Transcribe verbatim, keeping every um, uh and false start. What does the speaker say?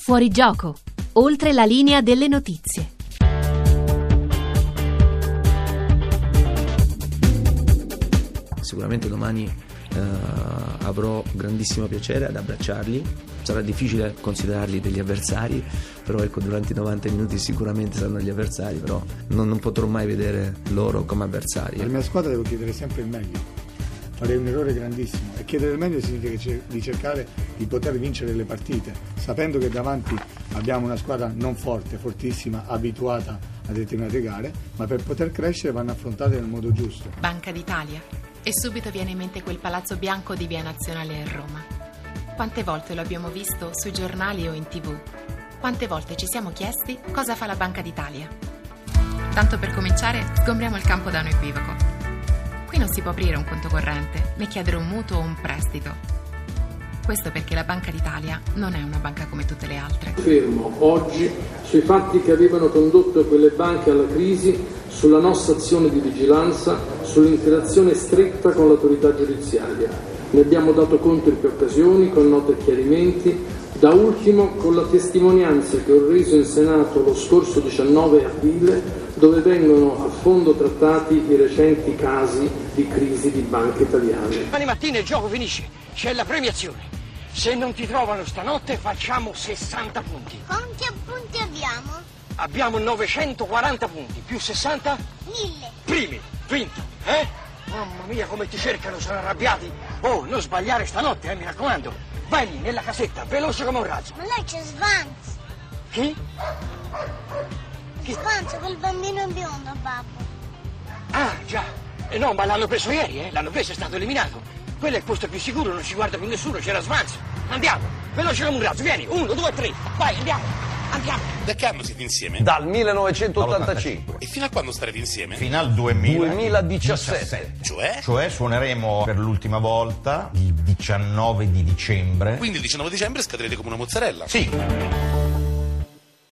Fuori gioco, oltre la linea delle notizie. Sicuramente domani eh, avrò grandissimo piacere ad abbracciarli. Sarà difficile considerarli degli avversari, però ecco, durante i novanta minuti sicuramente saranno gli avversari, però non, non potrò mai vedere loro come avversari. Alla mia squadra devo chiedere sempre il meglio. Farei un errore grandissimo, e chiedere il meglio significa di cercare di poter vincere le partite, sapendo che davanti abbiamo una squadra non forte, fortissima, abituata a determinate gare, ma per poter crescere vanno affrontate nel modo giusto. Banca d'Italia. E subito viene in mente quel palazzo bianco di Via Nazionale a Roma. Quante volte lo abbiamo visto sui giornali o in tv? Quante volte ci siamo chiesti cosa fa la Banca d'Italia? Tanto per cominciare, sgombriamo il campo da un equivoco. Qui non si può aprire un conto corrente, né chiedere un mutuo o un prestito. Questo perché la Banca d'Italia non è una banca come tutte le altre. Fermo oggi sui fatti che avevano condotto quelle banche alla crisi, sulla nostra azione di vigilanza, sull'interazione stretta con l'autorità giudiziaria. Ne abbiamo dato conto in più occasioni, con note e chiarimenti, da ultimo con la testimonianza che ho reso in Senato lo scorso diciannove aprile, dove vengono a fondo trattati i recenti casi di crisi di banche italiane. Domani mattina il gioco finisce, c'è la premiazione. Se non ti trovano stanotte facciamo sessanta punti. Quanti punti abbiamo? Abbiamo novecentoquaranta punti, più sessanta? Mille. Primi, vinto, eh? Mamma mia come ti cercano, sono arrabbiati. Oh, non sbagliare stanotte, eh, mi raccomando. Vai lì, nella casetta, veloce come un razzo. Ma lei c'è Svans. Chi? Chi? Svans, quel bambino in biondo, babbo. Ah, già. Eh, no, ma l'hanno preso ieri, eh? L'hanno preso, è stato eliminato. Quello è il posto più sicuro, non ci guarda più nessuno, c'era Svans. Andiamo, veloce come un razzo, vieni, uno, due, tre, vai, andiamo, andiamo. Da che anno siete insieme? Dal millenovecentottantacinque. E fino a quando starete insieme? Fino al duemiladiciassette. Cioè? Cioè suoneremo per l'ultima volta il diciannove di dicembre. Quindi il diciannove dicembre scadrete come una mozzarella? Sì.